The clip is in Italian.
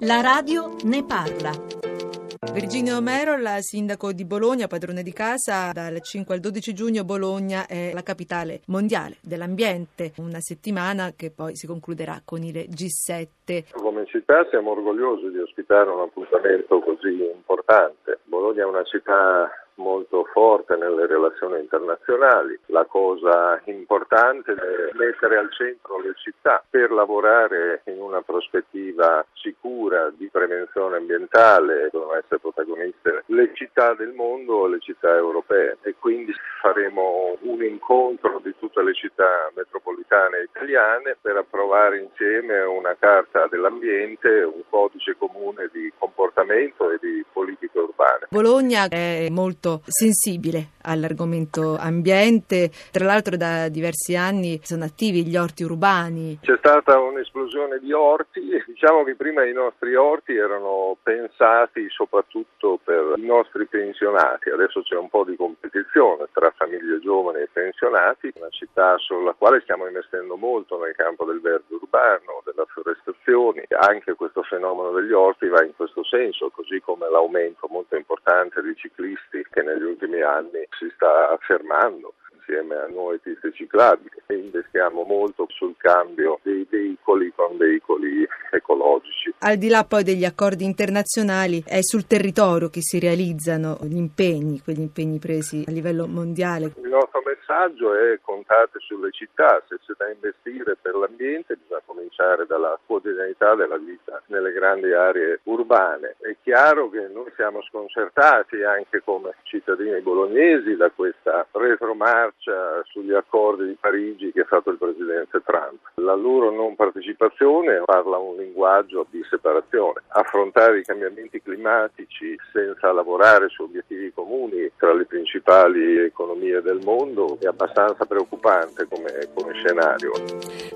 La radio ne parla. Virginia Omero, la sindaco di Bologna, padrone di casa. Dal 5 al 12 giugno Bologna è la capitale mondiale dell'ambiente, una settimana che poi si concluderà con il G7. Come città siamo orgogliosi di ospitare un appuntamento così importante. Bologna è una città molto forte nelle relazioni internazionali. La cosa importante è mettere al centro le città per lavorare in una prospettiva sicura di prevenzione ambientale. Devono essere protagoniste le città del mondo e le città europee, e quindi faremo un incontro di tutte le città metropolitane italiane per approvare insieme una carta dell'ambiente, un codice comune di comportamento e di politiche urbane. Bologna è molto sensibile all'argomento ambiente, tra l'altro da diversi anni sono attivi gli orti urbani. C'è stata un'esplosione di orti, diciamo che prima i nostri orti erano pensati soprattutto per i nostri pensionati, adesso c'è un po' di competizione tra famiglie giovani e pensionati, una città sulla quale stiamo investendo molto nel campo del verde urbano, della forestazione. Anche questo fenomeno degli orti va in questo senso, così come l'aumento molto importante di ciclisti che negli ultimi anni si sta affermando insieme a nuove piste ciclabili, e investiamo molto sul cambio dei veicoli con veicoli ecologici. Al di là poi degli accordi internazionali, è sul territorio che si realizzano quegli impegni presi a livello mondiale. Il nostro messaggio è: contate sulle città, se c'è da investire per l'ambiente bisogna cominciare dalla quotidianità della vita nelle grandi aree urbane. È chiaro che noi siamo sconcertati anche come cittadini bolognesi da questa retromarcia sugli accordi di Parigi che ha fatto il presidente Trump. La loro non partecipazione parla un linguaggio di separazione. Affrontare i cambiamenti climatici senza lavorare su obiettivi comuni tra le principali economie del mondo è abbastanza preoccupante come scenario.